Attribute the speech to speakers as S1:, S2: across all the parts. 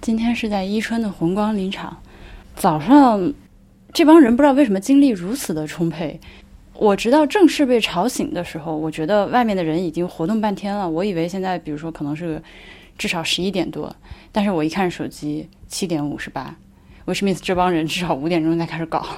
S1: 今天是在伊春的红光林场，早上这帮人不知道为什么精力如此的充沛。我直到正式被吵醒的时候，我觉得外面的人已经活动半天了。我以为现在比如说可能是至少11点多，但是我一看手机7点58，which means 这帮人至少5点钟才开始搞。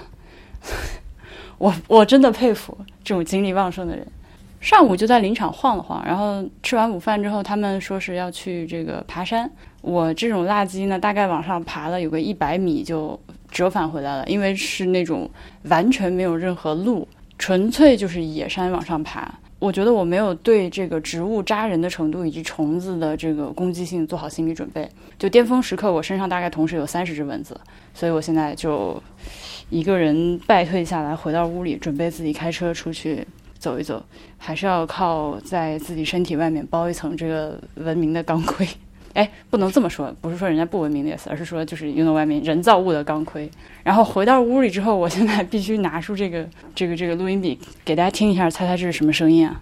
S1: 我真的佩服这种精力旺盛的人。上午就在林场晃了晃，然后吃完午饭之后，他们说是要去这个爬山。我这种垃圾呢，大概往上爬了有个100米就折返回来了，因为是那种完全没有任何路，纯粹就是野山往上爬。我觉得我没有对这个植物扎人的程度以及虫子的这个攻击性做好心理准备。就巅峰时刻，我身上大概同时有30只蚊子，所以我现在就一个人败退下来，回到屋里，准备自己开车出去走一走。还是要靠在自己身体外面包一层这个文明的钢盔。哎，不能这么说，不是说人家不文明的意思，而是说就是用到外面人造物的钢盔。然后回到屋里之后，我现在必须拿出这个录音笔给大家听一下，猜猜这是什么声音啊？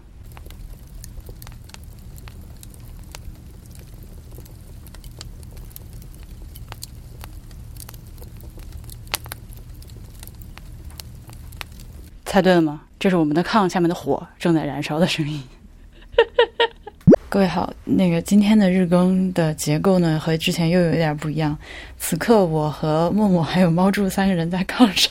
S1: 猜对了吗？这是我们的炕下面的火正在燃烧的声音。各位好，今天的日更的结构呢和之前又有一点不一样。此刻我和默默还有猫柱3个人在炕上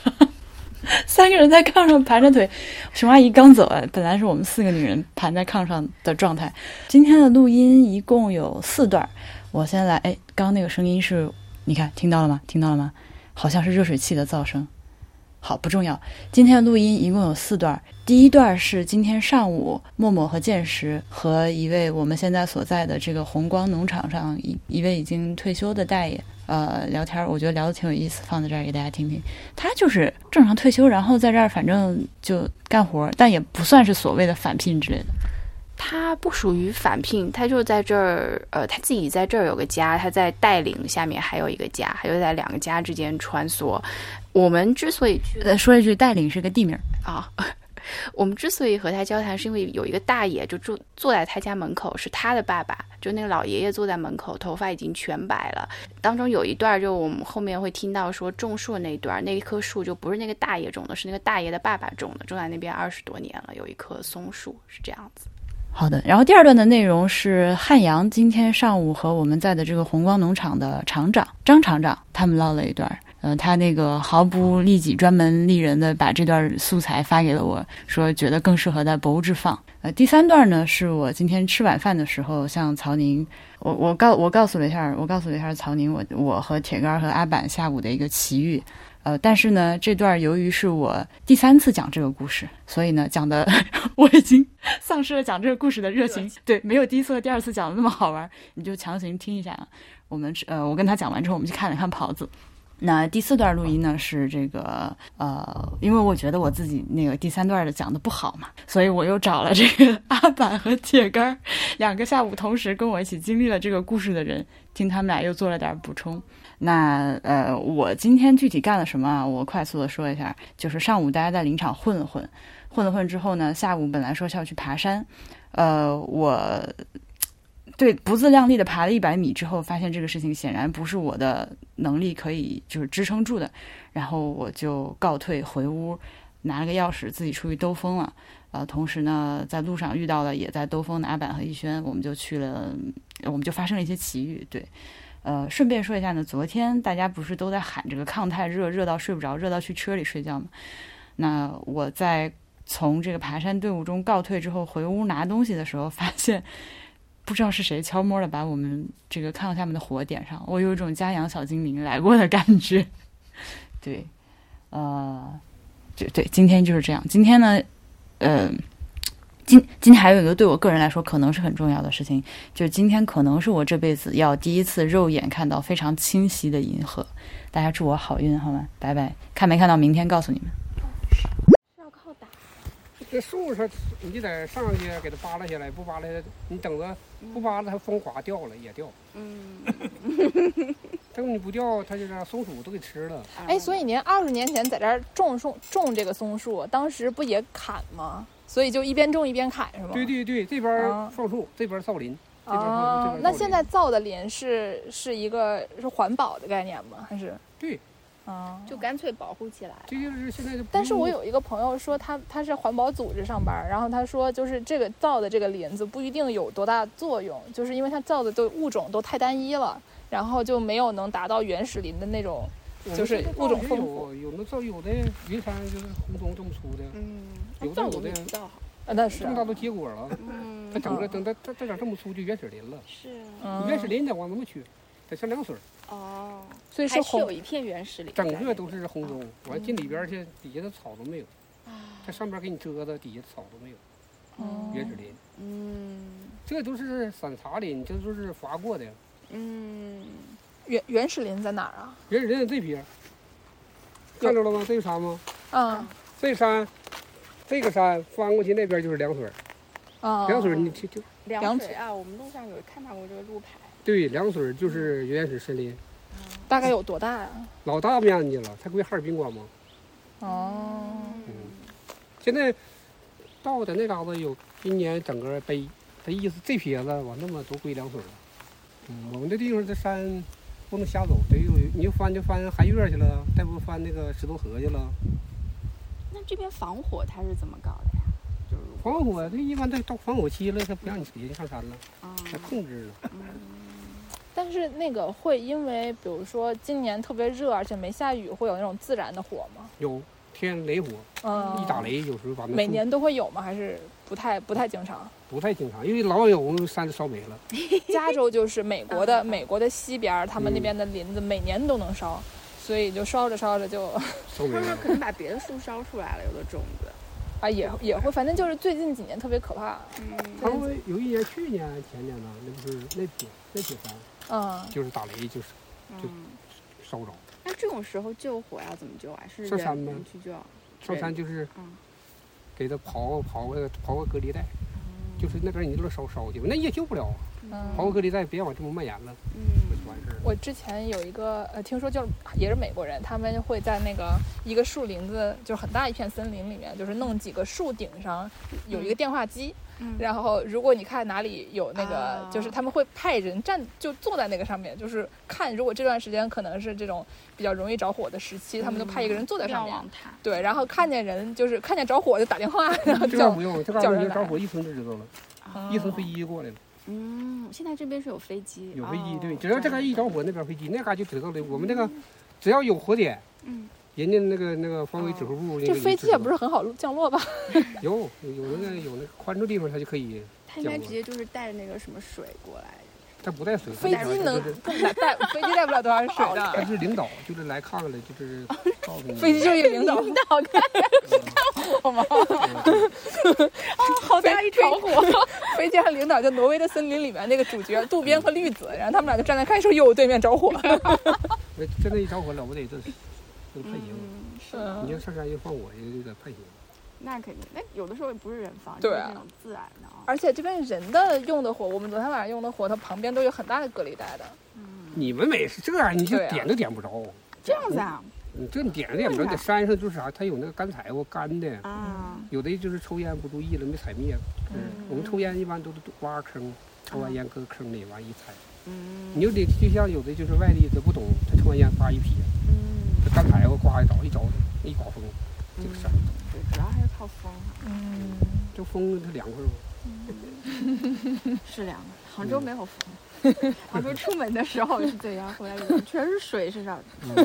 S1: ，3个人在炕上盘着腿。熊阿姨刚走啊，本来是我们4个女人盘在炕上的状态。今天的录音一共有4段，我先来。刚刚那个声音是，你看听到了吗？听到了吗？好像是热水器的噪声。好，不重要。今天的录音一共有4段。第一段是今天上午默默和剑石和一位我们现在所在的这个红光农场上一位已经退休的大爷聊天，我觉得聊得挺有意思，放在这儿给大家听听。他就是正常退休，然后在这儿反正就干活，但也不算是所谓的返聘之类的。
S2: 他不属于返聘，他就在这儿，他自己在这儿有个家，他在带领下面还有一个家，他就在2个家之间穿梭。我们之所以
S1: 说一句，带领是个地名
S2: 啊。我们之所以和他交谈，是因为有一个大爷就坐在他家门口，是他的爸爸，就那个老爷爷坐在门口，头发已经全白了。当中有一段，就我们后面会听到说种树的那一段，那一棵树就不是那个大爷种的，是那个大爷的爸爸种的，种在那边20多年了，有一棵松树，是这样子。
S1: 好的，然后第2段的内容是汉阳今天上午和我们在的这个红光农场的厂长张厂长他们唠了一段。他毫不利己专门利人的把这段素材发给了我，说觉得更适合在博物志放。第3段呢是我今天吃晚饭的时候向曹宁，我告诉了一下曹宁我和铁杆和阿板下午的一个奇遇。但是呢这段由于是我第3次讲这个故事，所以呢讲的我已经丧失了讲这个故事的热情。对，没有第1次和第2次讲的那么好玩，你就强行听一下。我跟他讲完之后，我们去看了看狍子。那第4段录音呢是这个因为我觉得我自己第3段的讲的不好嘛，所以我又找了这个阿板和铁杆2个下午同时跟我一起经历了这个故事的人，听他们俩又做了点补充。那我今天具体干了什么啊？我快速的说一下，就是上午大家在林场混了混之后呢，下午本来说是要去爬山，我对不自量力的爬了100米之后，发现这个事情显然不是我的能力可以就是支撑住的，然后我就告退回屋，拿了个钥匙自己出去兜风了。同时呢在路上遇到了也在兜风的阿板和逸轩，我们就发生了一些奇遇。对，顺便说一下呢，昨天大家不是都在喊这个炕太热，热到睡不着，热到去车里睡觉吗？那我在从这个爬山队伍中告退之后回屋拿东西的时候，发现不知道是谁悄摸的把我们这个炕下面的火点上，我有一种家养小精灵来过的感觉。对，对，今天就是这样。今天呢，今天还有一个对我个人来说可能是很重要的事情，就是今天可能是我这辈子要第1次肉眼看到非常清晰的银河。大家祝我好运好吗？拜拜，看没看到明天告诉你们。
S3: 是要靠打。这树上你得上去给它扒拉下来，不扒拉下来，你等着不扒拉它风滑掉了也掉。等你不掉，它就让松鼠都给吃了。
S4: 所以您20年前在这儿种这个松树，当时不也砍吗？所以就一边种一边砍是吗？
S3: 对，这边放树，这边造林。 这边靠这边
S4: 那
S3: 造林
S4: 现在造的林是一个是环保的概念吗？还是？
S3: 对，
S2: 就干脆保护起来。
S3: 这就是现在就不用。
S4: 但是我有一个朋友说他是环保组织上班，然后他说就是这个造的这个林子不一定有多大作用，就是因为它造的物种都太单一了，然后就没有能达到原始林的那种，就是物种丰富。
S3: 有的造有的云杉就是红棕这么粗的，有
S2: 造
S3: 的
S2: 不到好。
S4: 那是
S3: 这么大都结果了，它整个等它长这么粗就原始林了。
S2: 是
S3: 你原始林得往那么去，得上凉水。
S2: 哦，
S4: 所以是
S2: 还有一片原始林，
S3: 整个都是红棕，完进里边去，底下的草都没有，在上边给你遮的，底下草都没有，原始林。这都是散茶林，这都是伐过的。
S4: 原始林在哪儿啊？
S3: 原始林在这边，看着了吗？这个山吗？这个山翻过去那边就是凉水。凉水你就
S2: 凉水啊，我们路上有看到过这个路牌。
S3: 对，凉水就是原始森林。
S4: 大概有多大呀？
S3: 老大面积了，它归哈尔滨管吗？现在到的那嘎子有，今年整个背，它意思这撇子往那么都归凉水了。我们这地方这山不能瞎走，得有你就翻寒月去了，再不翻那个石头河去了。
S2: 那这边防火它是怎么搞的呀？就是
S3: 防火，这一般到防火期了，它不让你直接上山了，它控制了。
S4: 但是那个会因为比如说今年特别热，而且没下雨，会有那种自然的火吗？
S3: 有天雷火，一打雷有时候把那
S4: 每年都会有吗？还是不太经常？
S3: 不太经常，因为老有山都烧没了。
S4: 加州就是美国的西边，他们那边的林子每年都能烧，所以就烧着就
S3: 烧没了。
S2: 可能把别的树烧出来了，有的种子。
S4: 也会，反正就是最近几年特别可怕。
S3: 他们有一年去年前年呢，那不是那铁山，就是打雷就烧着。
S2: 那这种时候救火要怎么救啊？是
S3: 上山吗？
S2: 去救。
S3: 上山就是给他刨个隔离带，就是那边你就烧去，那也救不了啊。刨个隔离带，别往这么蔓延了，就完事儿。
S4: 我之前有一个听说就是也是美国人，他们会在那个一个树林子，就是很大一片森林里面，就是弄几个树顶上有一个电话机，然后如果你看哪里有那个，就是他们会派人就坐在那个上面，就是看如果这段时间可能是这种比较容易着火的时期，他们就派一个人坐在上面，对，然后看见人就是看见着火就打电话，然后
S3: 这不用，这个人着火一声就知道了，一声飞机过来了。
S2: 现在这边是有飞机，
S3: 有飞机，对，只要这个一着火，那边飞机那嘎就知道了。我们这个只要有火点，人家那个方位指挥部，
S4: 这飞机也不是很好降落吧？
S3: 有那个宽处地方，它就可以。
S2: 它应该直接就是带着那个什么水过来。
S3: 它不带水，
S4: 飞机飞机带不了多少水的。
S3: 它是领导，就是来看看的，就是告诉你。
S4: 飞机就是一个领导
S2: 看火吗？好大一团火！
S4: 飞机上领导就挪威的森林里面那个主角渡边和绿子，然后他们俩就站在看说哟，对面着火。
S3: 真的，一着火了不得，这判刑。你要上山又放火，也有点判刑。
S2: 那肯定，那有的时候也不是人放，
S4: 对
S2: 就是那种自然的。
S4: 而且这边人的用的火，我们昨天晚上用的火，它旁边都有很大的隔离带的。
S3: 你们每次这样，你就点都点不着。
S2: 这样子啊？
S3: 你这点都点不着，在山上就是啥，它有那个干柴火干的有的就是抽烟不注意了没踩灭。我们抽烟一般都是挖坑，抽完烟搁坑里完一踩。你就像有的就是外地他不懂，他抽完烟发一撇，这干柴火刮一着一刮风，这个山。
S2: 对，主要还是靠风。
S3: 这风它凉快吗？
S2: 是凉的，杭州没有风。杭州出门的时候是这样，回来全是水身上。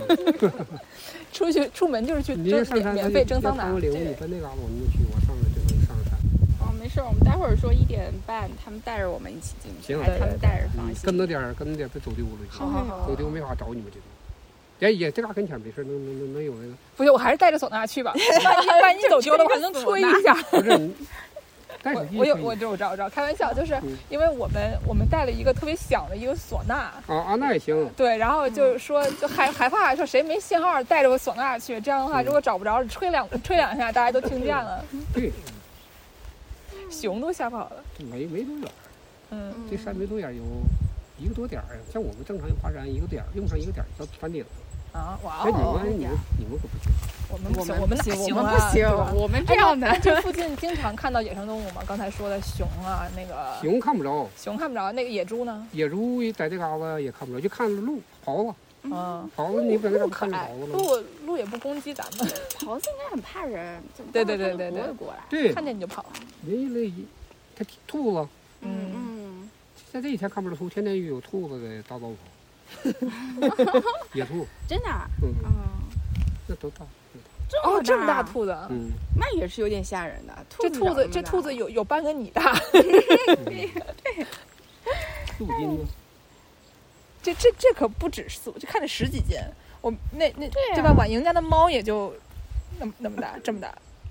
S4: 出门就是去免费蒸桑拿。
S3: 你在那嘎达我们就去，我上来就能上山。
S2: 没事，我们待会儿说1点半，他们带着我们一起进去。
S3: 行，
S2: 他们带着放心。
S3: 跟着点，别走丢了。
S4: 好，
S3: 走丢没法找你们去。也这嘎跟前没事，能有那个。
S4: 不行，我还是带着唢呐去吧。万一走丢了，我还能吹一下。
S3: 不是，
S4: 我知道，开玩笑，就是因为我们带了一个特别响的一个唢呐。
S3: 那也行。
S4: 对，然后就是说，就害怕说谁没信号带着我唢呐去，这样的话，如果找不着，吹两下，大家都听见了。
S3: 对。
S4: 熊都吓跑了。
S3: 没多远。这山没多远，有1个多点儿。像我们正常爬山，1个点儿用上1个点儿到山顶了。
S4: 啊，哇
S3: 哎，
S4: 哦！
S3: 你们可不行。
S4: 我们不行，我们哪行啊？
S2: 我们不行，我们这样的。
S4: 这附近经常看到野生动物吗？刚才说的熊啊，那个
S3: 熊看不着，
S4: 那个野猪呢？
S3: 野猪在这嘎达也看不着，就看鹿、狍子。狍子你不在这看着狍子
S4: 吗？鹿也不攻击咱们，
S2: 狍子应该很怕人，
S4: 对，
S2: 不会过来，
S3: 对，
S4: 看见你就跑。
S3: 人类，它兔子，在这几天看不着兔，天天有兔子在大道跑，野兔，
S2: 真的，
S3: 那都大。
S4: 这么大兔子，
S2: 那也是有点吓人的。
S4: 这兔子有半个你大，
S3: 对，4、5斤吗？
S4: 这可不止4，就看着10几斤。我那对吧？婉莹家的猫也就那么大，这么大。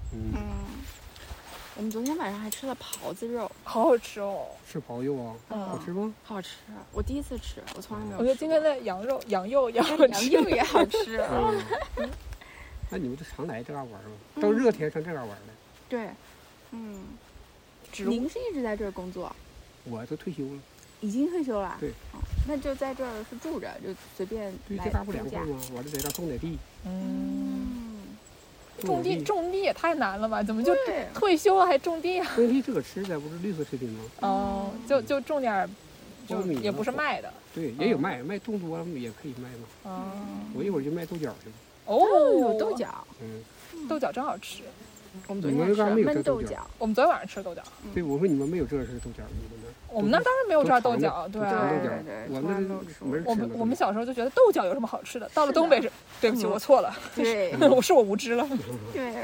S2: 我们昨天晚上还吃了狍子肉，
S4: 好好吃哦。
S3: 吃狍肉啊？好吃吗？
S2: 好吃，我第一次吃，我从来没有。
S4: 我觉得今天的羊肉也好吃，
S2: 羊肉也好吃。
S3: 那你们就常来这嘎玩吗？到热天上这嘎玩的？
S2: 对，您是一直在这儿工作？
S3: 我都退休了。
S2: 已经退休了？
S3: 对。
S2: 那就在这儿是住着，就随便来。
S3: 对，这嘎不凉快吗？我这在这种点地。
S4: 种地也太难了吧？怎么就退休了还种地啊？
S3: 种地这个吃的不是绿色食品吗？
S4: 就种点，就也不是卖的。
S3: 对，也有卖种多了也可以卖嘛。我一会儿就卖豆角去了。
S2: 有豆角。
S4: 豆角真好吃。
S2: 我们昨天吃焖豆角。
S4: 我们昨天晚上吃豆角。
S3: 对，我说你们没有这是豆角，你们那？
S4: 我们那当然没有这豆角，对。我们小时候就觉得豆角有什么好吃的，到了东北是，对不起，我错了，
S2: 对，
S4: 我无知了。
S2: 对。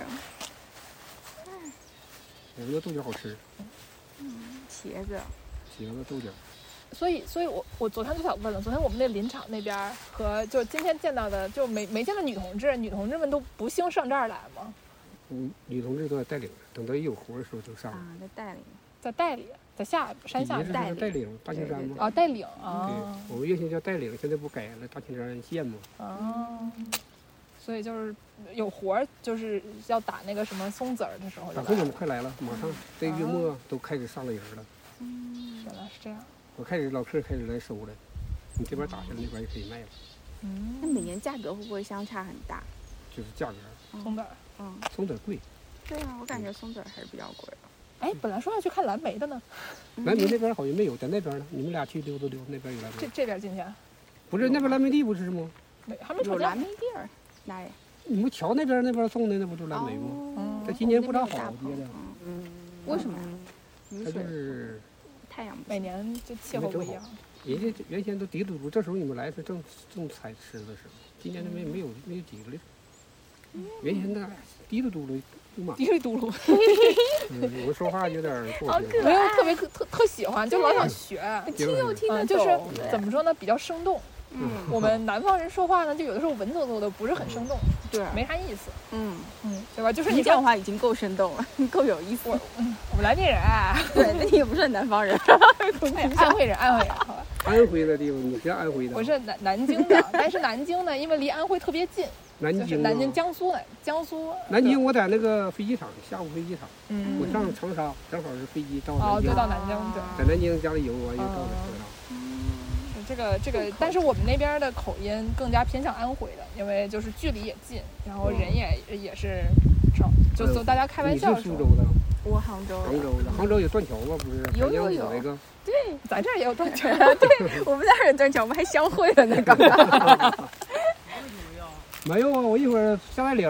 S3: 我们的豆角好吃。
S2: 茄子、
S3: 豆角。
S4: 所以我昨天就想问了，昨天我们那林场那边和就今天见到的就没见到女同志们都不兴上这儿来吗？
S3: 女同志都在带领，等到一有活的时候就上。
S4: 在带领，在山下
S3: 带领大青山吗？
S4: 带领
S3: 啊。对，我们原先叫带领，现在不改了大青山县吗？
S4: 所以就是有活，就是要打那个什么松子儿的时候。
S3: 打松子快来了，马上这月末都开始上了人了。
S4: 原来是这样。
S3: 老客开始来收了，你这边打下来，那边也可以卖了。
S2: 那每年价格会不会相差很大？
S3: 就是价格。
S4: 松子儿。
S3: 松子贵。
S2: 对啊，我感觉松子儿还是比较贵的。
S4: 哎，本来说要去看蓝莓的呢。
S3: 蓝莓那边好像没有，在那边呢。你们俩去溜达溜达，那边有蓝莓。
S4: 这边进去？
S3: 不是，那边蓝莓地不是吗？
S4: 还没
S2: 有蓝莓地儿，哪里？
S3: 你们桥那边种的那不就蓝莓吗？它今年不大好结的。
S2: 为什么呀？
S3: 它就是
S2: 太阳。
S4: 每年就气候不一样。
S3: 人家原先都滴嘟嘟，这时候你们来是正采吃的时候，今年都没有几个了。原先那滴嘟嘟的。
S4: 滴里嘟噜，
S3: 我说话有点过分，
S4: 没有特喜欢，就老想学，
S2: 听又听得懂，
S4: 就是怎么说呢，比较生动。我们南方人说话呢，就有的时候文绉绉的，不是很生动，
S2: 对，
S4: 没啥意思。对吧？就是
S2: 你讲话已经够生动了，够有意思。
S4: 我们南京人啊，
S2: 对，那你也不是南方人，
S4: 安徽人，好吧？
S3: 安徽的地方，你是安徽的？
S4: 我是南京的，但是南京呢，因为离安徽特别近。南京江苏。
S3: 南京我在那个飞机场，下午飞机场，我上长沙，正好是飞机到南京。
S4: 对，到南京，对。
S3: 在南京家里游完又到了
S4: 长沙。这个，但是我们那边的口音更加偏向安徽的，因为就是距离也近，然后人也是，就大家开玩笑说。
S3: 你是苏州的？
S2: 我杭州
S3: 的。杭州有断桥吧？不是？
S2: 有
S3: 那个。
S2: 对，
S4: 咱这儿也有断桥。
S2: 对，我们那儿有断桥，我们还相会了呢，刚刚。
S3: 没有啊，我一会儿下带领，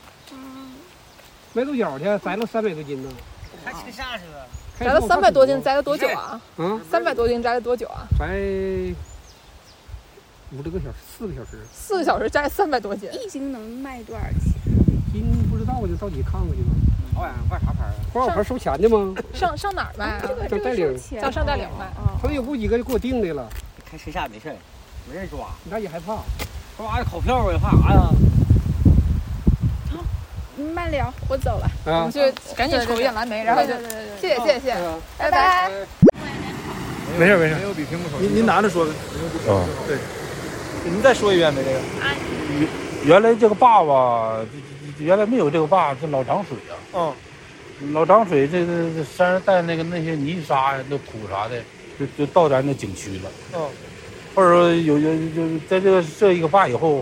S3: 卖豆角去，摘了300多斤呢。
S5: 还骑啥车？
S4: 摘了300多斤，摘了多久啊？300多斤摘了多久啊？
S3: 摘5、6个小时，4个小时。
S4: 4个小时摘300多斤，
S2: 一斤能卖多少钱？
S3: 一斤不知道，我就到底看过去吧。
S5: 保养换啥牌啊？
S3: 换牌收钱的吗？
S4: 上哪儿卖啊？
S3: 上带领，
S4: 上带领卖。
S3: 他有不几个就给我定的了。
S5: 开车下没事，没人抓。
S3: 那也害怕。
S5: 抓的考票我也怕啥呀？
S2: 好，你慢聊，我走了。
S4: 我们去赶紧瞅一眼蓝莓，然后就谢谢，拜拜。
S6: 没事。
S7: 没有比屏幕手机。
S6: 您拿着说的。对。您再说一遍呗，这个。
S8: 原来这个坝吧，原来没有这个坝，这老涨水啊。老涨水，这山上带那些泥沙呀、那土啥的，就到咱那景区了。或者说有在这个设一个坝以后，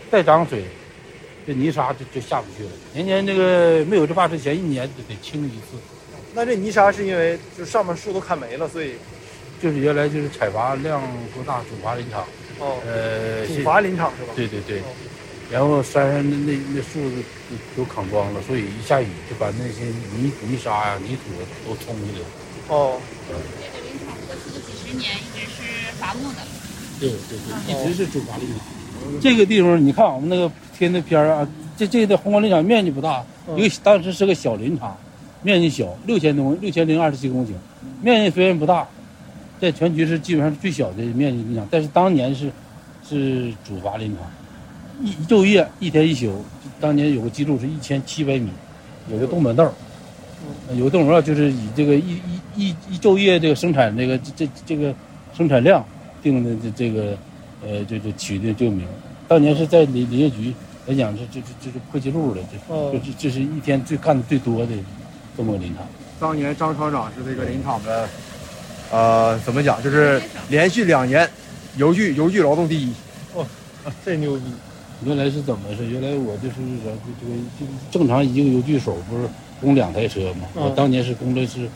S8: 再涨水，这泥沙就下不去了。年年这个没有这坝之前，一年就得清一次。
S6: 那这泥沙是因为就上面树都砍没了，所以
S8: 就是原来就是采伐量过大，主伐林场。
S6: 主伐林场是吧？
S8: 对对对。然后山上那树都砍光了，所以一下雨就把那些泥沙呀、泥土都冲下来了。
S7: 这个林场过去的几十年一直是伐木的。
S8: 对对对，一直是主伐林场。这个地方你看我们那个贴那片啊，这个红光林场面积不大，当时是个小林场，面积小，6027公顷，面积虽然不大，在全局是基本上是最小的面积林场，但是当年是主伐林场。一昼夜一天一宿，当年有个记录是1700米，有个东本道，有个东本道就是以这个一昼夜这个生产这个生产量定的这个就取的这个名。当年是在林业局来讲这是破纪录的，这是一天干的最多的这么个林场。
S6: 当年张厂长是这个林场的怎么讲，就是连续2年邮具劳动第一。这牛逼！
S8: 原来是怎么回事？原来我就是这个正常一个邮具手不是供2台车吗？我当年是供的是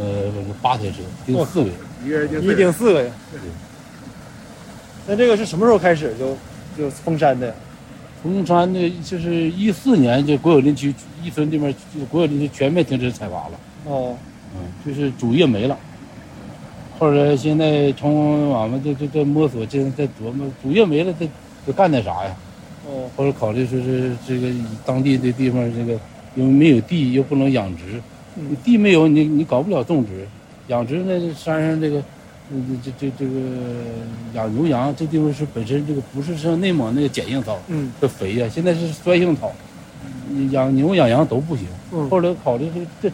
S8: 8台车，顶4位，
S6: 一个顶4位。那这个是什么时候开始就封山的？
S8: 封山的就是14年，就国有林区一村这边国有林区全面停止采伐了。就是主业没了。后来现在从我们这摸索，现在在琢磨主业没了，得干点啥呀？或者考虑说是这个当地的地方，这个因为没有地，又不能养殖，地没有你搞不了种植，养殖那山上这个这个养牛羊，这地方是本身这个不是像内蒙那个碱性草，这肥呀，现在是酸性草，养牛养羊都不行。后来考虑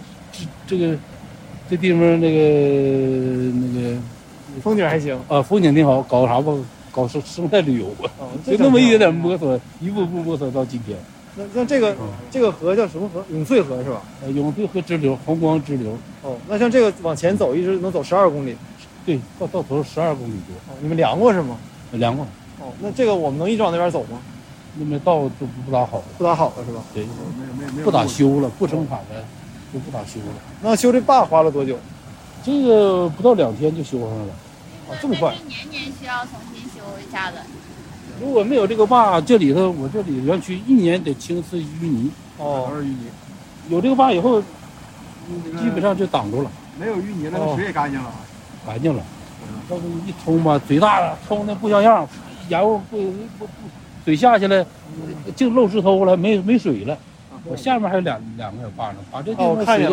S8: 这地方那个
S6: 风景还行
S8: 啊，风景挺好，搞啥吧？搞生态旅游吧，就那么一点点摸索，一步步摸索到今天。
S6: 那这个河叫什么河？永翠河是吧？
S8: 永翠河支流，红光支流。
S6: 那像这个往前走，一直能走12公里。
S8: 对，到头12公里多。
S6: 你们量过是吗？
S8: 量过。
S6: 那这个我们能一直往那边走吗？
S8: 那边道都不大好了。
S6: 不大好了是吧？
S8: 对，不咋修了，不生产了，就不咋修了。
S6: 那修这坝花了多久？
S8: 这个不到2天就修上了。
S6: 这么快？
S7: 年需要重新修一下子。
S8: 如果没有这个坝，我这里园区1年得清次淤泥。
S6: 淤泥。
S8: 有这个坝以后，基本上就挡住了。
S6: 没有淤泥了，那水也干净了。
S8: 干净了。要不一冲吧，嘴大了，冲的不像样，然后不水下去了，净露石头了，没水了。我下面还有两个小坝呢，把这地方水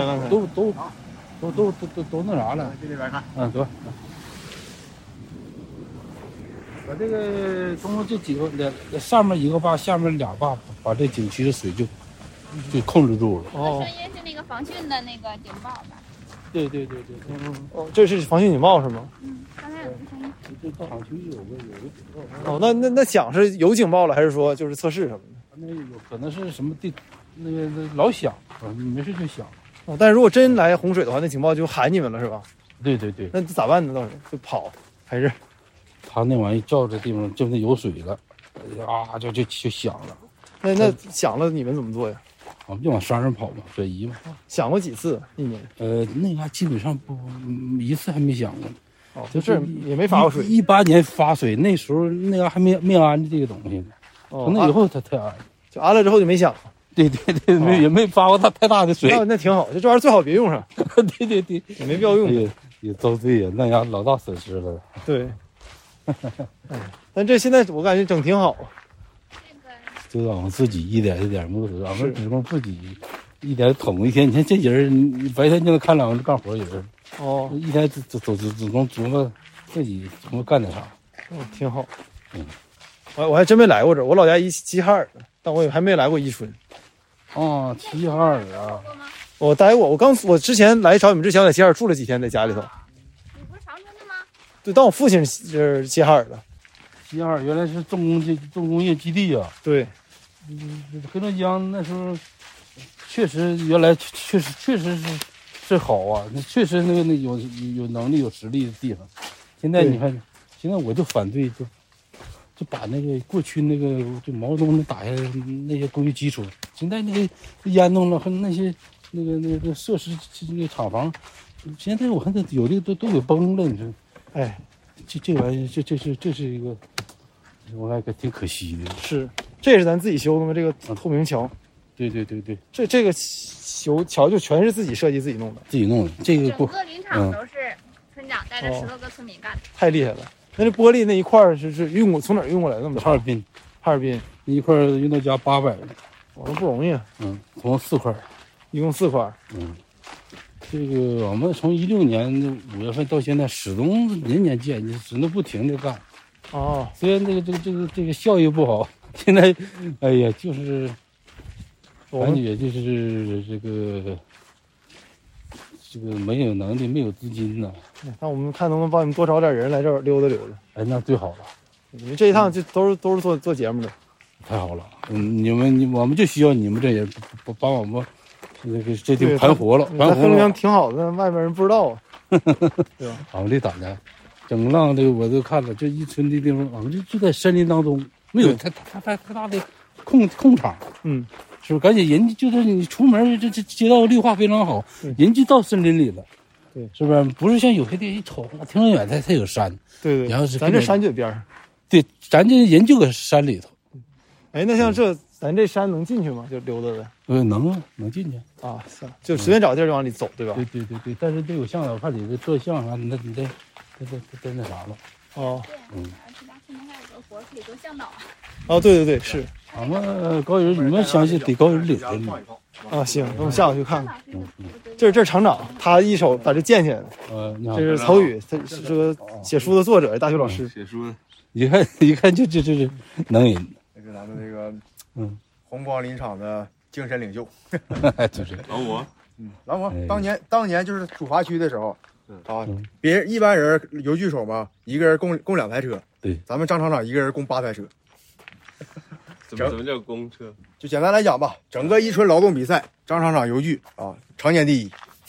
S8: 都那啥了。
S6: 这边看。
S8: 得。把这个从这几个上面一个坝，下面2坝，把这景区的水就控制住了。
S7: 声音是那个防汛的那个警报吧？
S8: 对。
S6: 这是防汛警报是吗？
S7: 刚才有个声音。
S8: 这厂区有个。
S6: 那响是有警报了，还是说就是测试什么的？
S8: 那有可能是什么那个老响没事就响。
S6: 但是如果真来洪水的话，那警报就喊你们了是吧？
S8: 对。
S6: 那咋办呢？到时候就跑还是？
S8: 他那玩意照这地方就是有水了，就响了。
S6: 那响了你们怎么做呀？
S8: 我们就往山上跑嘛，转移嘛。
S6: 响过几次一年？
S8: 那嘎基本上不一次还没响过。
S6: 就是也没发过水。
S8: 18年发水，那时候那嘎还没安这个东西呢。从那以后他才安，
S6: 就安了之后就没响。
S8: 对，也没发过太大的水。
S6: 那挺好，这玩意儿最好别用上。
S8: 对，
S6: 也没必要用。
S8: 也遭罪呀，那家老大损失了。
S6: 对。但这现在我感觉整挺好。
S8: 这个我们自己一点一点摸索，俺们只能自己一点捅一天。你看这人，你白天就能看2个干活人。一天总能琢磨自己琢磨干点啥。
S6: 挺好。我还真没来过这儿，我老家齐齐哈尔的，但我也还没来过伊春。
S8: 齐齐哈尔啊！
S6: 我待过，我之前来找你们之前，我在齐齐哈尔住了几天，在家里头。
S7: 你不是长春的吗？
S6: 对，但我父亲是齐齐哈尔的。
S8: 齐齐哈尔原来是重工业基地啊。
S6: 对。
S8: 黑龙江那时候确实原来确实是好啊，那确实那有能力有实力的地方。现在你看，现在我就反对就把那个过去那个就毛泽东打下来那些工业基础，现在那个淹弄了，和那些那个设施那个厂房，现在我看这有的都给崩了，你说，哎，这玩意这是一个，我感觉挺可惜的。
S9: 是，这也是咱自己修的吗？这个透明桥。
S8: 对，
S9: 这个桥就全是自己设计自己弄的，
S8: 这个
S7: 整个林场都是村长带着10多个村民干的，
S9: 太厉害了。那玻璃那一块是从哪儿运过来的？
S8: 哈尔滨那一块运到家800，
S9: 我说不容易啊。
S8: 总共4块，
S9: 一共4块。
S8: 这个我们从16年5月份到现在，始终年年建，你只能不停的干。
S9: 哦，
S8: 虽然这个效益不好，现在，哎呀，就是感觉就是这个没有能力，没有资金呢。
S9: 那我们看能不能帮你们多找点人来这儿溜达溜达。
S8: 哎，那最好了。
S9: 你们这一趟就都是做节目的，
S8: 太好了。我们就需要你们这些把我们这地盘活了。
S9: 咱黑龙江挺好的，外面人不知道啊。对吧？
S8: 俺们这咋的？整浪这个我都看了，这一村的地方，俺们就在森林当中，没有太大的空场。是不是？赶紧人家就是你出门，这街道绿化非常好，人就到森林里了。
S9: 对，
S8: 是不是？不是像有些地一瞅，挺远才有山。
S9: 对，
S8: 然后是
S9: 咱这山就边上。
S8: 对，咱这人就搁山里头。
S9: 哎，那像咱这山能进去吗？就溜达的。
S8: 能进去
S9: 啊，行，就随便找地儿就往里走，对吧？
S8: 对，但是得有向导，怕你这摄像啊，你得那啥了。
S7: 哦。对，其他村民还有个活可以做向导啊。
S9: 哦，对，是。
S8: 俺们高人，你们相信得高人领着你
S9: 啊？行，那我们下午去看看。这是厂长，他一手把这建起来的。这是曹宇，他是个写书的作者，大学老师。
S6: 写书的，
S8: 一看就是能人。
S6: 这是咱们这个红光林场的精神领袖，
S8: 就是
S6: 老五。老五当年就是主罚区的时候啊，一般人游具手嘛，一个人供2台车，
S8: 对，
S6: 咱们张厂长一个人供8台车。
S10: 怎么叫公车？
S6: 就简单来讲吧，整个伊春劳动比赛，张厂长游具啊，常年第一。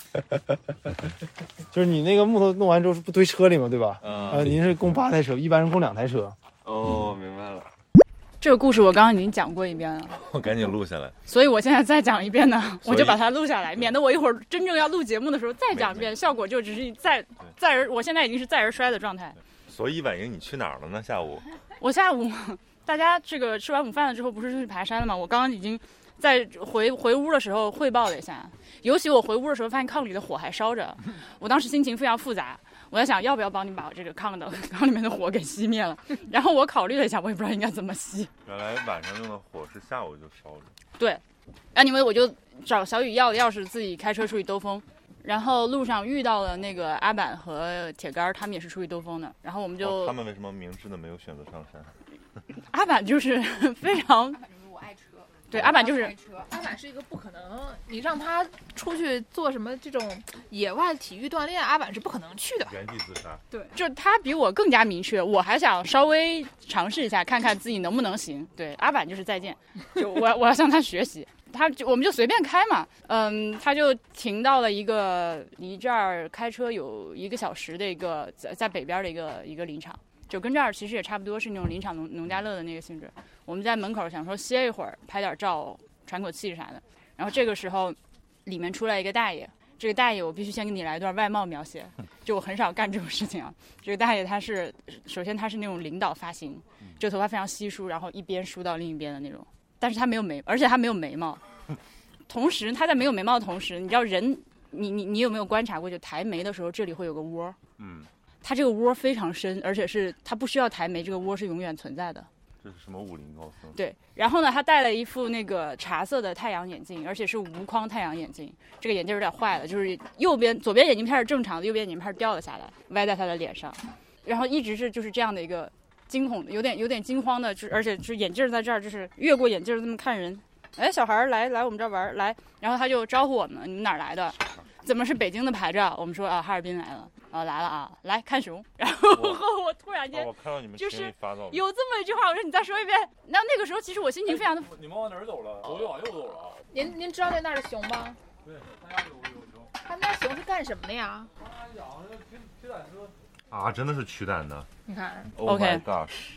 S9: 就是你那个木头弄完之后是不堆车里吗？对吧？您是供8台车，一般人供2台车。
S10: 哦，明白了。
S1: 这个故事我刚刚已经讲过一遍了，
S10: 我赶紧录下来。
S1: 所以我现在再讲一遍呢，我就把它录下来，免得我一会儿真正要录节目的时候再讲一遍，效果就只是我现在已经是再而衰的状态。
S10: 所以婉莹，你去哪儿了呢？下午？
S1: 我下午。大家这个吃完午饭了之后，不是去爬山了吗？我刚刚已经在回屋的时候汇报了一下，尤其我回屋的时候发现炕里的火还烧着，我当时心情非常复杂，我在想要不要帮你把这个炕里面的火给熄灭了。然后我考虑了一下，我也不知道应该怎么熄。
S10: 原来晚上用的火是下午就烧着。
S1: 对，anyway，我就找小雨要的钥匙，自己开车出去兜风。然后路上遇到了那个阿板和铁杆，他们也是出去兜风的。然后我们就，
S10: 他们为什么明智的没有选择上山？
S1: 阿板就是非常，
S4: 我爱车。
S1: 对，阿板就是
S4: 阿板是一个不可能，你让他出去做什么这种野外体育锻炼，阿板是不可能去的。
S10: 原地自杀。
S1: 对，就他比我更加明确，我还想稍微尝试一下，看看自己能不能行。对，阿板就是再见，就我要向他学习。我们就随便开嘛，他就停到了一个离这儿开车有1个小时的一个在北边的一个林场。就跟这儿其实也差不多，是那种林场农家乐的那个性质。我们在门口想说歇一会儿，拍点照，喘口气啥的。然后这个时候，里面出来一个大爷。这个大爷我必须先给你来一段外貌描写，就我很少干这种事情啊。这个大爷首先他是那种领导发型，就头发非常稀疏，然后一边梳到另一边的那种。但是他没有而且他没有眉毛。同时他在没有眉毛的同时，你知道人，你有没有观察过，就抬眉的时候这里会有个窝。它这个窝非常深，而且是它不需要抬眉，这个窝是永远存在的。
S10: 这是什么武林高僧？
S1: 对，然后呢，他戴了一副那个茶色的太阳眼镜，而且是无框太阳眼镜。这个眼镜有点坏了，就是左边眼镜片是正常的，右边眼镜片掉了下来，歪在他的脸上，然后一直是就是这样的一个惊恐的，有点惊慌的，而且是眼镜在这儿，就是越过眼镜这么看人。哎，小孩来我们这儿玩来，然后他就招呼我们，你们哪儿来的？怎么是北京的牌照？我们说啊，哈尔滨来了。来了啊，来看熊。然后我突然间，
S10: 我看到你们
S1: 就是
S10: 发到
S1: 有这么一句话，我说你再说一遍。那个时候其实我心情非常的。
S11: 你们往哪儿走了？我就往右走了。
S4: 您知道那儿的熊吗？
S11: 对，他家有熊。
S4: 他们家熊是干什么的呀？
S11: 他养的驱胆车。
S10: 啊，真的是驱胆的。
S4: 你看
S10: ，Oh my gosh！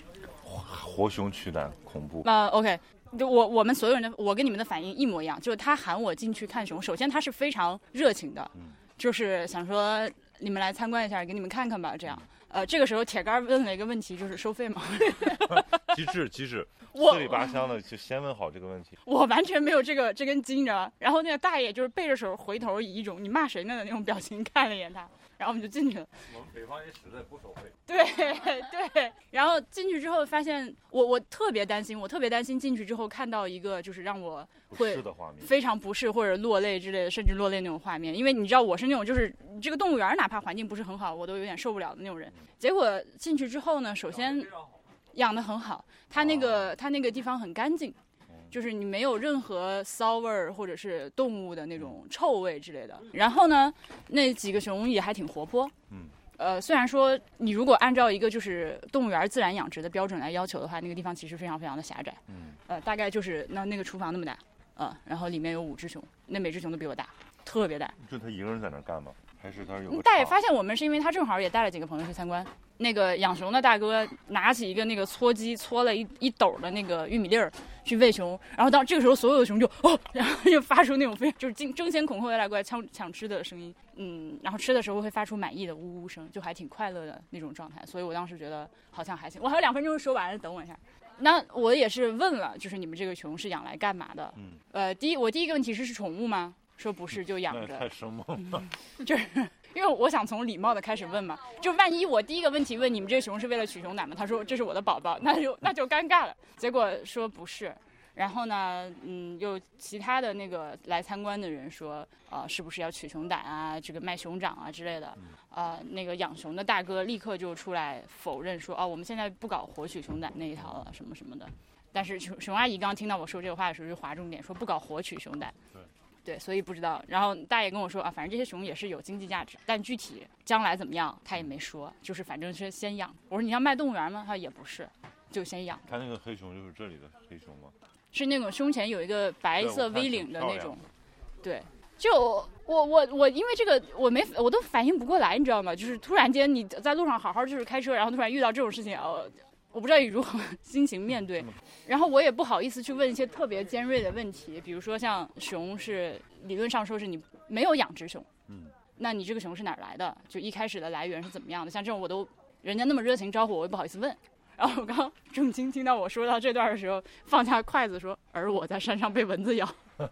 S10: 活熊驱胆恐怖。
S1: OK， 就我们所有人的，我跟你们的反应一模一样，就是他喊我进去看熊，首先他是非常热情的，就是想说你们来参观一下，给你们看看吧，这样。这个时候铁杆问了一个问题，就是收费吗？
S10: 机智，
S1: 我
S10: 四里八乡的就先问好这个问题。
S1: 我完全没有这根筋着，然后那个大爷就是背着手回头以一种你骂谁呢的那种表情看了一眼他，然后我们就进去了。
S11: 我们北方人实在不收费。
S1: 对，然后进去之后发现我特别担心进去之后看到一个就是让我会非常不适或者落泪之类的，甚至落泪那种画面，因为你知道我是那种就是这个动物园哪怕环境不是很好我都有点受不了的那种人。结果进去之后呢，首先养得很好，它那个地方很干净，就是你没有任何骚味儿或者是动物的那种臭味之类的。然后呢，那几个熊也还挺活泼。虽然说你如果按照一个就是动物园自然养殖的标准来要求的话，那个地方其实非常非常的狭窄。大概就是那个厨房那么大，然后里面有5只熊，那每只熊都比我大，特别大。
S10: 就他一个人在那干吗？还是他有个？
S1: 大爷发现我们是因为他正好也带了几个朋友去参观。那个养熊的大哥拿起一个那个搓机，搓了一斗的那个玉米粒儿去喂熊，然后这个时候所有的熊就然后就发出那种非常就是争先恐后的来过来抢吃的声音，然后吃的时候会发出满意的呜呜声，就还挺快乐的那种状态。所以我当时觉得好像还行。我还有2分钟说完了，等我一下。那我也是问了，就是你们这个熊是养来干嘛的？我第一个问题是宠物吗？说不是，就养着。
S10: 太生猛了。
S1: 就是因为我想从礼貌的开始问嘛，就万一我第一个问题问你们这个熊是为了取熊奶吗？他说这是我的宝宝，那就尴尬了。结果说不是，然后呢，有其他的那个来参观的人说，是不是要取熊胆啊，这个卖熊掌啊之类的，那个养熊的大哥立刻就出来否认说，我们现在不搞活取熊胆那一套了，什么什么的。但是熊阿姨刚刚听到我说这个话的时候就划重点，说不搞活取熊胆。对，所以不知道。然后大爷跟我说反正这些熊也是有经济价值，但具体将来怎么样他也没说，就是反正是先养。我说你要卖动物园吗？他也不是，就先养。
S10: 他那个黑熊就是这里的黑熊吗？
S1: 是那种胸前有一个白色 V 领的那种。对，就我因为这个我都反应不过来，你知道吗？就是突然间你在路上好好就是开车，然后突然遇到这种事情，我不知道你如何心情面对，然后我也不好意思去问一些特别尖锐的问题，比如说像熊是理论上说是你没有养殖熊，那你这个熊是哪儿来的？就一开始的来源是怎么样的？像这种人家那么热情招呼我，也不好意思问。然后我刚正经听到我说到这段的时候，放下筷子说：“而我在山上被蚊子咬。”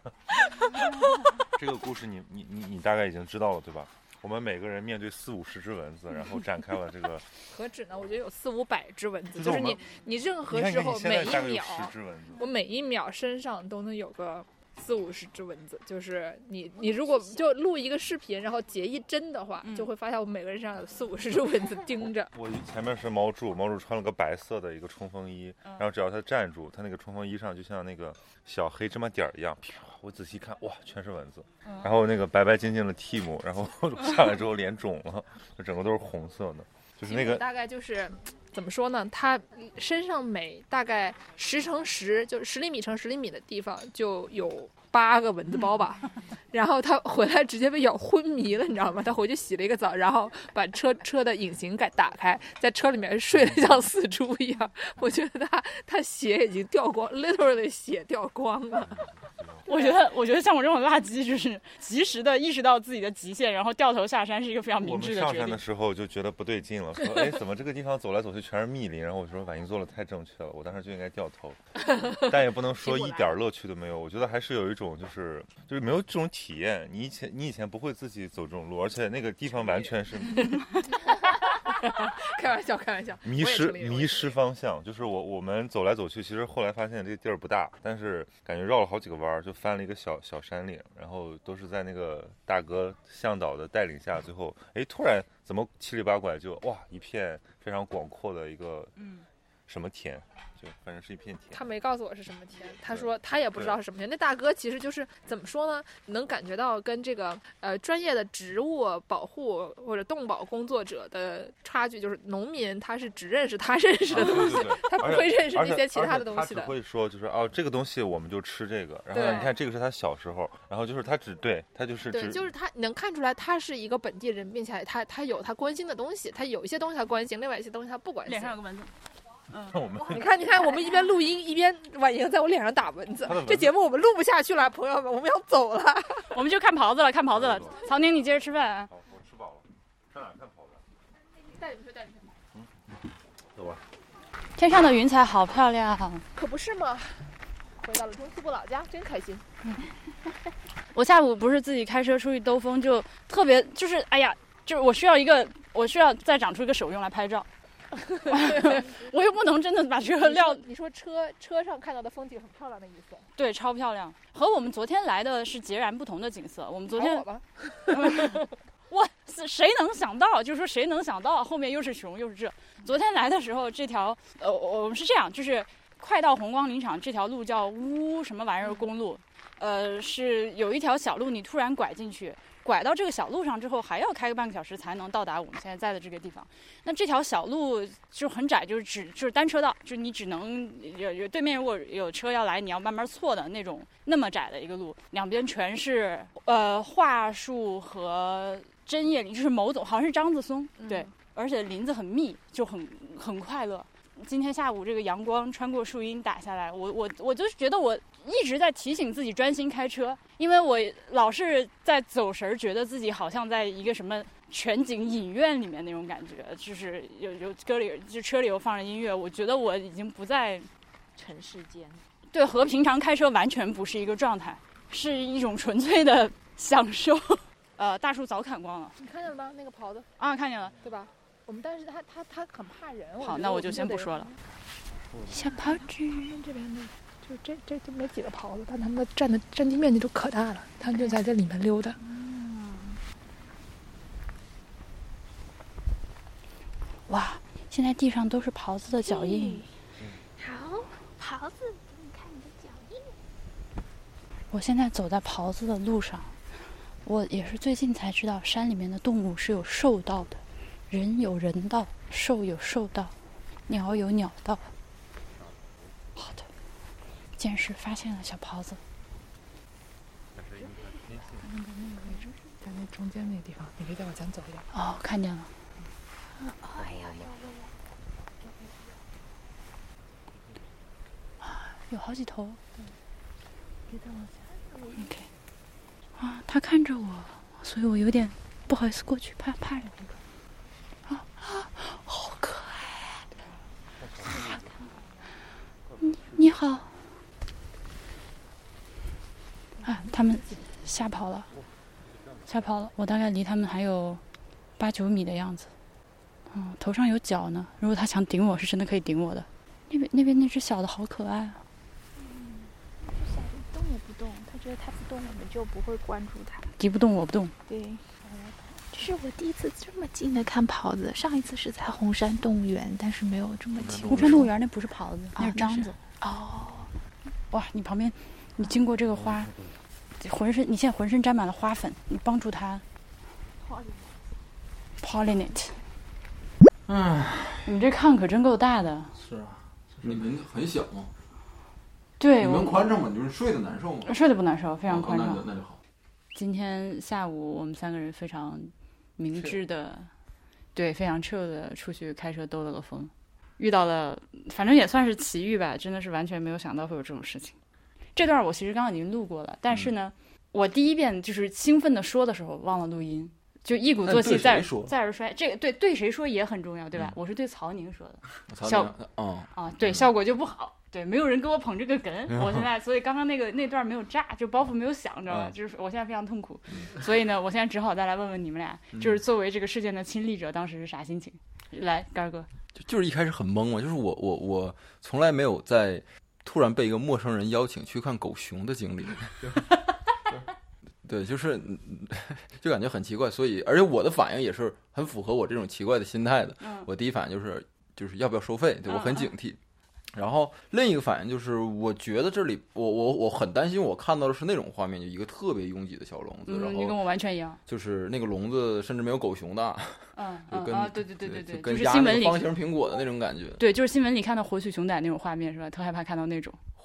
S10: 这个故事你大概已经知道了对吧？我们每个人面对40-50只蚊子，然后展开了这个。
S4: 何止呢？我觉得有400-500只蚊子，就是你任何时候每一秒，我每一秒身上都能有个40-50只蚊子。就是你如果就录一个视频，然后截一帧的话，就会发现我每个人身上有40-50只蚊子盯着。
S10: 我前面是猫柱穿了个白色的一个冲锋衣，然后只要他站住，他那个冲锋衣上就像那个小黑芝麻点一样，我仔细看，哇，全是蚊子。然后那个白白净净的 Team， 然后下来之后脸肿了，整个都是红色的，就是那个
S4: 大概就是怎么说呢？它身上每大概10×10，就是10厘米乘10厘米的地方就有8个蚊子包吧。然后他回来直接被咬昏迷了，你知道吗？他回去洗了一个澡，然后把车的引擎盖打开，在车里面睡得像死猪一样。我觉得他血已经掉光 ，literally 血掉光了。
S1: 我觉得像我这种垃圾，就是及时的意识到自己的极限，然后掉头下山是一个非常明智的决定。
S10: 我们上山的时候就觉得不对劲了，说怎么这个地方走来走去全是密林？然后我说婉莹做的太正确了，我当时就应该掉头，但也不能说一点乐趣都没有。我觉得还是有一种就是没有这种体验。你以前不会自己走这种路，而且那个地方完全是。
S4: 开玩笑，
S10: 迷失方向。就是我们走来走去，其实后来发现这个地儿不大，但是感觉绕了好几个弯，就翻了一个小山岭，然后都是在那个大哥向导的带领下，最后突然怎么七里八拐就哇一片非常广阔的一个什么田，就反正是一片田。
S4: 他没告诉我是什么田，他说他也不知道是什么田。那大哥其实就是怎么说呢？能感觉到跟这个专业的植物保护或者动保工作者的差距，就是农民他是只认识他认识的东西，他不会认识那些其他的东西的。
S10: 他只会说就是这个东西我们就吃这个，然后你看这个是他小时候，然后就是他就是
S4: 他能看出来他是一个本地人，并且他有他关心的东西，他有一些东西他关心，另外一些东西他不关心。
S1: 脸上有个蚊子。
S4: 你看，我们一边录音一边婉莹在我脸上打蚊子，这节目我们录不下去了，朋友们，我们要走了，
S1: 我们就看狍子了。曹宁，你接着吃饭啊。
S10: 好，我吃饱了。上哪看狍子？
S4: 带你们去。
S10: 走吧。
S1: 天上的云彩好漂亮，
S4: 可不是吗？回到了中西部老家，真开心。
S1: 我下午不是自己开车出去兜风，就特别就是哎呀，就是我需要再长出一个手用来拍照。我又不能真的把这个料。
S4: 你说车上看到的风景很漂亮的意思？
S1: 对，超漂亮，和我们昨天来的是截然不同的景色。我们昨天，哇，谁能想到？就是说谁能想到后面又是熊又是这？昨天来的时候，这条我们是这样，就是快到红光林场这条路叫乌什么玩意儿公路，是有一条小路，你突然拐进去。拐到这个小路上之后，还要开个半个小时才能到达我们现在在的这个地方。那这条小路就很窄，就是单车道，就是你只能有对面如果有车要来，你要慢慢错的那种那么窄的一个路，两边全是桦树和针叶林，就是某种好像是樟子松，对，而且林子很密，就很快乐。今天下午这个阳光穿过树荫打下来，我就觉得我一直在提醒自己专心开车，因为我老是在走神，觉得自己好像在一个什么全景影院里面那种感觉，就是有歌里就车里有放着音乐，我觉得我已经不在
S2: 尘世间，
S1: 对，和平常开车完全不是一个状态，是一种纯粹的享受。大树早砍光了，
S4: 你看见了吗？那个狍子
S1: 啊，看见了，
S4: 对吧？但是他很怕人。
S1: 好，那我就先不说了。小狍子，
S4: 这边的就这都没几个狍子，但他们的占地面积都可大了，他们就在这里面溜达。
S1: 哇，现在地上都是狍子的脚印。
S2: 好，狍子，你看你的脚印。
S1: 我现在走在狍子的路上，我也是最近才知道，山里面的动物是有兽道的。人有人道，兽有兽道，鸟有鸟道。好的，见识发现了小狍子。
S4: 那个位置，在那中间那个地方，你可以再往前走一点。
S1: 哦，看见了。
S2: 哎呀，
S1: 有好几头。
S4: 别再往前。
S1: OK。啊，他看着我，所以我有点不好意思过去，怕人。好可爱！你好。啊，他们吓跑了。我大概离他们还有8、9米的样子。头上有角呢。如果他想顶我，是真的可以顶我的。那边那只小的好可爱啊。
S2: 小的动也不动，他觉得他不动，我们就不会关注他。
S1: 敌不动我不动。
S2: 对。这是我第一次这么近的看狍子，上一次是在红山动物园，但是没有这么近。
S1: 红山动物园那不是狍子，那是獐子。
S2: 哦，
S1: 哇，你旁边，你经过这个花，你现在浑身沾满了花粉，你帮助它 pollinate。你这炕可真够大的。
S6: 是啊，你们很小吗？
S1: 对，
S6: 你们宽敞吗？就是睡得难受吗？
S1: 睡得不难受，非常宽敞。
S6: 那就好。
S1: 今天下午我们3个人非常明智的，对，非常 chill 的出去开车兜了个风，遇到了，反正也算是奇遇吧，真的是完全没有想到会有这种事情。这段我其实刚刚已经录过了，但是呢，我第一遍就是兴奋的说的时候忘了录音，就一鼓作气再而衰。这个对谁说也很重要，对吧？我是对曹宁说的，对，效果就不好。对，没有人给我捧这个哏，我现在，所以刚刚那段没有炸，就包袱没有响，知道吧？就是我现在非常痛苦，所以呢，我现在只好再来问问你们俩，就是作为这个事件的亲历者，当时是啥心情？来，干哥，
S12: 就是一开始很懵嘛，就是我从来没有在突然被一个陌生人邀请去看狗熊的经历，对，就感觉很奇怪，所以而且我的反应也是很符合我这种奇怪的心态的，我第一反应就是要不要收费，对我很警惕。然后另一个反应就是，我觉得这里我很担心，我看到的是那种画面，就一个特别拥挤的小笼子，然后
S1: 你跟我完全一样，
S12: 就是那个笼子甚至没有狗熊大，
S1: 对，
S12: 就是新闻里方形苹果的那种感觉，
S1: 对，就是新闻里看到活许熊胆那种画面是吧？特害怕看到那种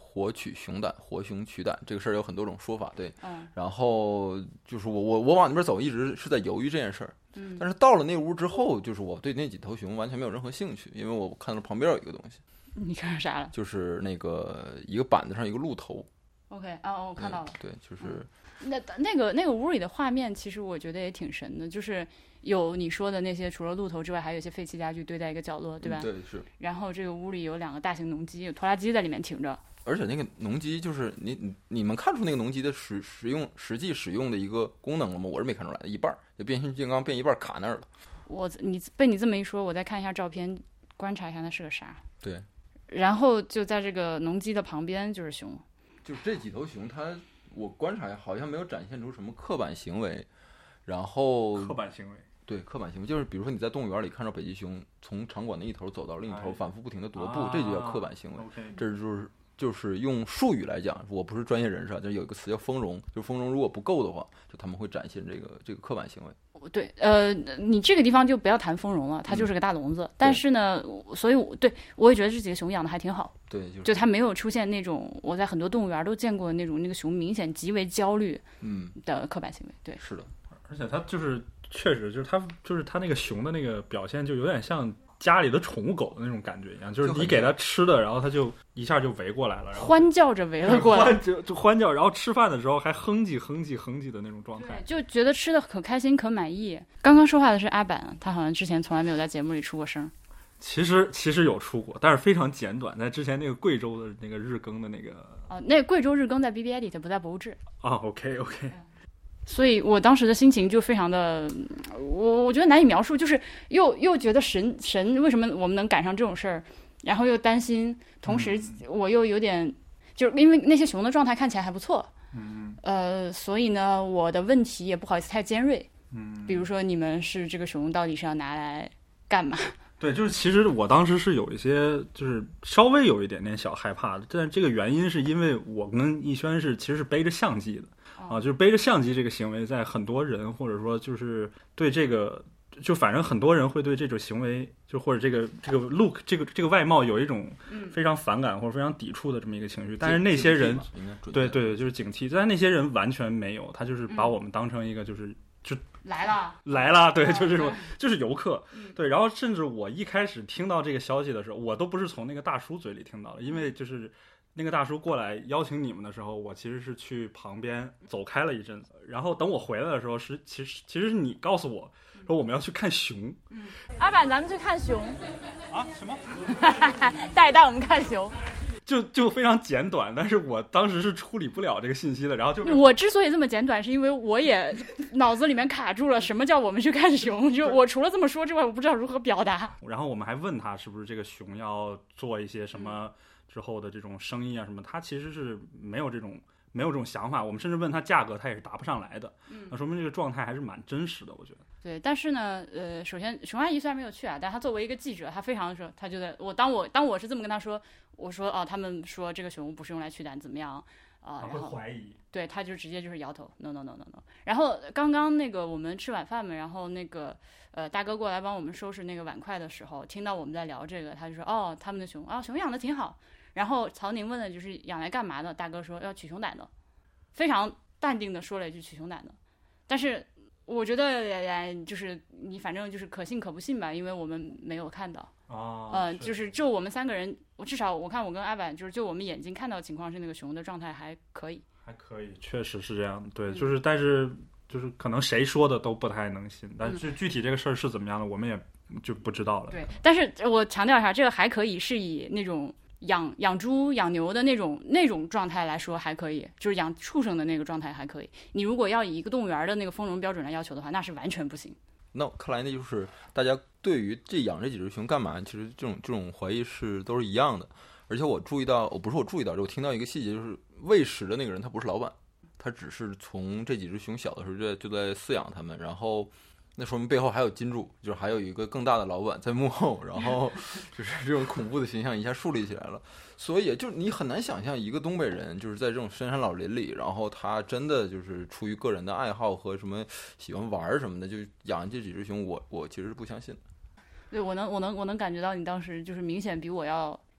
S12: 活取熊胆，活熊取胆这个事儿有很多种说法，对。然后就是我往那边走，一直是在犹豫这件事儿。但是到了那屋之后，就是我对那几头熊完全没有任何兴趣，因为我看到旁边有一个东西。
S1: 你看到啥了？
S12: 就是那个一个板子上一个鹿头。
S1: OK， 我看到了。
S12: 对，就是。
S1: 那个屋里的画面，其实我觉得也挺神的，就是有你说的那些，除了鹿头之外，还有一些废弃家具堆在一个角落，对吧？
S12: 对，是。
S1: 然后这个屋里有2个大型农机，有拖拉机在里面停着。
S12: 而且那个农机就是你们看出那个农机的实际使用的一个功能了吗？我是没看出来的，一半就变形金刚变一半卡那儿了。
S1: 被你这么一说，我再看一下照片，观察一下那是个啥。
S12: 对。
S1: 然后就在这个农机的旁边就是熊，
S12: 就是这几头熊我观察好像没有展现出什么刻板行为，然后
S11: 刻板行为，
S12: 对，刻板行为就是比如说你在动物园里看到北极熊从场馆的一头走到另一头，反复不停的踱步，这就叫刻板行为。这就是用术语来讲，我不是专业人士啊，就有一个词叫丰容，就丰容如果不够的话，就他们会展现这个刻板行为。
S1: 对，你这个地方就不要谈丰容了，它就是个大笼子。但是呢，所以我也觉得这几个熊养的还挺好。
S12: 对，
S1: 就它没有出现那种我在很多动物园都见过的那种那个熊明显极为焦虑的刻板行为。对，
S12: 是的。
S11: 而且它就是确实就是它那个熊的那个表现就有点像家里的宠物狗的那种感觉一样，就是你给它吃的，然后它就一下就围过来了，然后
S1: 欢叫着围了过来，
S11: 就欢叫，然后吃饭的时候还哼唧的那种状态，
S1: 就觉得吃的可开心可满意。刚刚说话的是阿板，他好像之前从来没有在节目里出过声。
S11: 其实有出过，但是非常简短，在之前那个贵州的那个日更的那个
S1: 那个贵州日更在 BBEdit 不在博物志
S11: OK。
S1: 所以我当时的心情就非常的，我觉得难以描述，就是又觉得神为什么我们能赶上这种事儿，然后又担心，同时我又有点，就是因为那些熊的状态看起来还不错，所以呢，我的问题也不好意思太尖锐，比如说你们是这个熊到底是要拿来干嘛？
S11: 对，就是其实我当时是有一些，就是稍微有一点点小害怕的，但这个原因是因为我跟逸轩其实是背着相机的。就是背着相机这个行为，在很多人或者说就是对这个，就反正很多人会对这种行为，就或者这个 look 这个外貌有一种非常反感或者非常抵触的这么一个情绪。但是那些人，对，就是警惕，但是那些人完全没有，他就是把我们当成一个就
S1: 来
S11: 了，对，就是这种就是游客，对。然后甚至我一开始听到这个消息的时候，我都不是从那个大叔嘴里听到的，因为就是那个大叔过来邀请你们的时候，我其实是去旁边走开了一阵子，然后等我回来的时候其实是你告诉我说我们要去看熊。
S1: 阿板，咱们去看熊
S11: 啊？什么？
S1: 带我们看熊。
S11: 就非常简短，但是我当时是处理不了这个信息的，然后
S1: 我之所以这么简短，是因为我也脑子里面卡住了，什么叫我们去看熊？就我除了这么说之外，我不知道如何表达。
S11: 然后我们还问他是不是这个熊要做一些什么之后的这种生意啊什么，他其实是没有这种想法。我们甚至问他价格，他也是答不上来的。那说明这个状态还是蛮真实的，我觉得。
S1: 对，但是呢，首先熊阿姨虽然没有去啊，但她作为一个记者，她非常的说，她觉得当我是这么跟她说，我说他们说这个熊不是用来取胆怎么样
S11: 她会怀疑。
S1: 对，她就直接就是摇头 no。然后刚刚那个我们吃晚饭嘛，然后那个大哥过来帮我们收拾那个碗筷的时候，听到我们在聊这个，他就说他们的熊熊养的挺好。然后曹宁问的就是养来干嘛的，大哥说要取熊胆的，非常淡定的说了一句取熊胆的。但是我觉得就是你反正就是可信可不信吧，因为我们没有看到就我们3个人，至少我看我跟阿板就我们眼睛看到的情况是那个熊的状态还可以，
S11: 确实是这样。对，就是但是就是可能谁说的都不太能信，但是具体这个事儿是怎么样的，我们也就不知道了。
S1: 对，但是我强调一下，这个还可以是以那种养猪养牛的那种状态来说还可以，就是养畜生的那个状态还可以。你如果要以一个动物园的那个丰容标准来要求的话，那是完全不行。
S12: 那看来那就是大家对于养这几只熊干嘛，其实这种怀疑都是一样的。而且我注意到，我听到一个细节，就是喂食的那个人他不是老板，他只是从这几只熊小的时候就在饲养它们，然后那说明背后还有金主，就是还有一个更大的老板在幕后，然后就是这种恐怖的形象一下树立起来了。所以就你很难想象一个东北人就是在这种深山老林里，然后他真的就是出于个人的爱好和什么喜欢玩什么的就养这几只熊，我其实是不相信的。
S1: 对，我能感觉到你当时就是明显比我要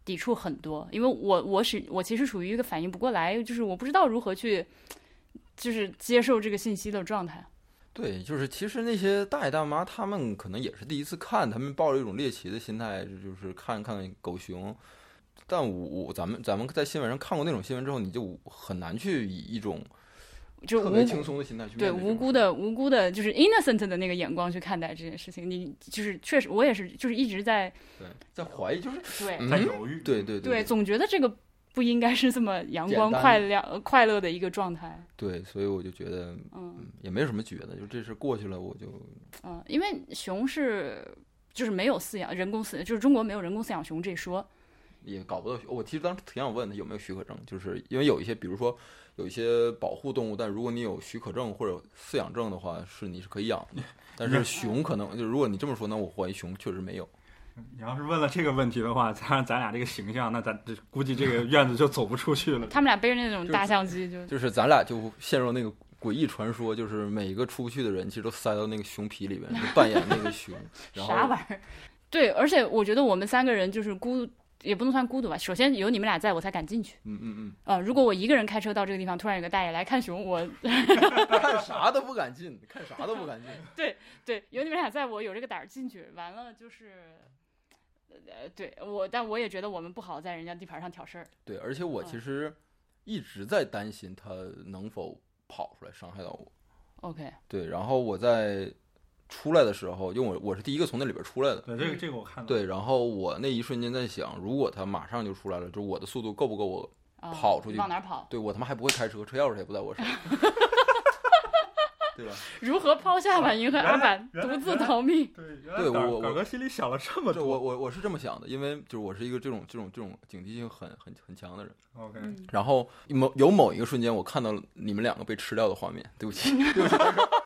S1: 抵触很多，因为我其实属于一个反应不过来，就是我不知道如何去就是接受这个信息的状态。
S12: 对，就是其实那些大爷大妈他们可能也是第一次看，他们抱着一种猎奇的心态，就是看狗熊。但咱们在新闻上看过那种新闻之后，你就很难去以一种
S1: 就
S12: 特别轻松的心态去面
S1: 对无辜的，就是 innocent 的那个眼光去看待这件事情。你就是确实，我也是，就是一直在
S12: 怀疑，就是
S1: 对
S11: 在犹豫，
S12: 对，
S1: 总觉得这个不应该是这么阳光快乐的一个状态。
S12: 对，所以我就觉得，也没有什么觉得，就这事过去了，我就
S1: 因为熊就是没有饲养人工饲养，就是中国没有人工饲养熊这一说。
S12: 也搞不到。我其实当时挺想问他有没有许可证，就是因为有一些，比如说有一些保护动物，但如果你有许可证或者饲养证的话，你是可以养的。但是熊可能就如果你这么说，那我怀疑熊确实没有。
S11: 你要是问了这个问题的话，咱俩这个形象，那咱估计这个院子就走不出去了。
S1: 他们俩背着那种大相机，
S12: 就是咱俩就陷入那个诡异传说，就是每一个出不去的人其实都塞到那个熊皮里边，就扮演那个熊。然后
S1: 啥玩意儿？对，而且我觉得我们3个人就是也不能算孤独吧。首先有你们俩在我才敢进去。如果我一个人开车到这个地方，突然有个大爷来看熊，我
S12: 看啥都不敢进，看啥都不敢进。
S1: 对，有你们俩在，我有这个胆儿进去。完了就是，但我也觉得我们不好在人家地盘上挑事儿。
S12: 对，而且我其实一直在担心他能否跑出来伤害到我。
S1: OK。
S12: 对，然后我在出来的时候，因为我是第一个从那里边出来的。
S11: 对，这个我看到。
S12: 对，然后我那一瞬间在想，如果他马上就出来了，就我的速度够不够我跑出去？
S1: 往哪跑？
S12: 对，我他妈还不会开车，车钥匙也不在我手里。对吧？
S1: 如何抛下婉莹和阿板独自逃命？
S12: 对，我
S11: 哥心里想了这么多。
S12: 我是这么想的，因为就是我是一个这种警惕性很强的人。
S11: OK。
S12: 然后有某一个瞬间，我看到你们2个被吃掉的画面。对不起。对不起。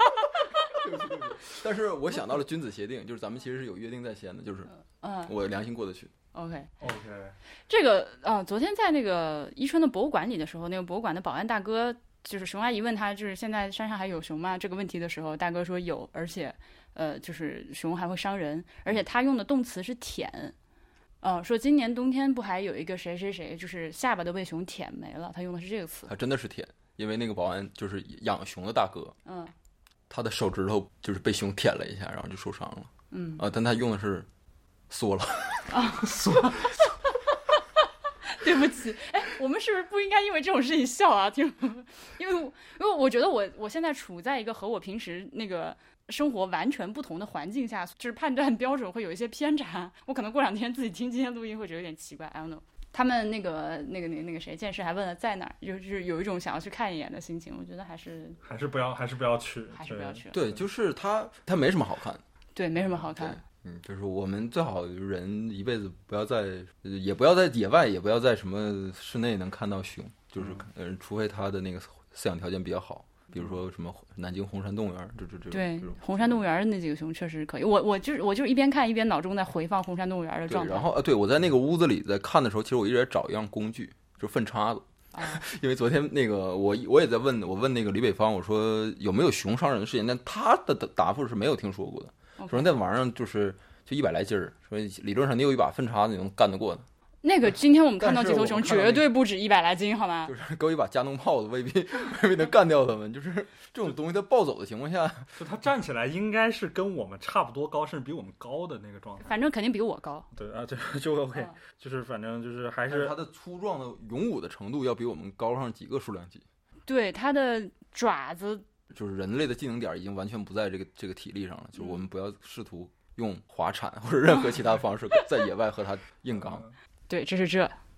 S12: 但是我想到了君子协定，就是咱们其实是有约定在先的，就是我良心过得去。
S1: OK。
S11: 这
S1: 个昨天在那个伊春的博物馆里的时候，那个博物馆的保安大哥，就是熊阿姨问他，就是现在山上还有熊吗？这个问题的时候，大哥说有，而且就是熊还会伤人，而且他用的动词是舔。说今年冬天不还有一个谁谁谁，就是下巴都被熊舔没了，他用的是这个词。
S12: 他真的是舔，因为那个保安就是养熊的大哥。他的手指头就是被熊舔了一下，然后就受伤了。但他用的是缩了。
S1: 缩。对不起，我们是不是不应该因为这种事情笑啊？因为我觉得我现在处在一个和我平时那个生活完全不同的环境下，就是判断标准会有一些偏差。我可能过2天自己听今天录音会觉得有点奇怪。I don't know。他们那个谁剑士还问了在哪儿，就是有一种想要去看一眼的心情。我觉得还是不要去，还是不要去。
S12: 对，就是他没什么好看。
S1: 对，没什么好看。
S12: 就是我们最好人一辈子也不要在野外，也不要在什么室内能看到熊，就是除非他的那个饲养条件比较好，比如说什么南京红山动物园，
S1: 对，红山动物园那几个熊确实可以。我就是一边看一边脑中在回放红山动物园的状态。
S12: 然后对，我在那个屋子里在看的时候，其实我一直在找一样工具，就是粪叉子。因为昨天那个我也在问那个李北方，我说有没有熊伤人的事情，但他的答复是没有听说过的。说在网上就100来斤儿，说理论上你有一把粪叉子你能干得过的。
S1: 那个今天我们看到几头熊绝对不止100来斤，好吗？
S12: 就是给我一把加农炮子，未必能干掉他们。就是这种东西，它暴走的情况下，
S11: 就它站起来应该是跟我们差不多高，甚至比我们高的那个状态。
S1: 反正肯定比我高。
S11: 对啊，就 OK，就是反正就是还是
S12: 它的粗壮的勇武的程度要比我们高上几个数量级。
S1: 对，它的爪子。
S12: 就是人类的技能点已经完全不在这个体力上了，就是我们不要试图用滑铲或者任何其他方式在野外和它硬刚。
S1: 对，这是这。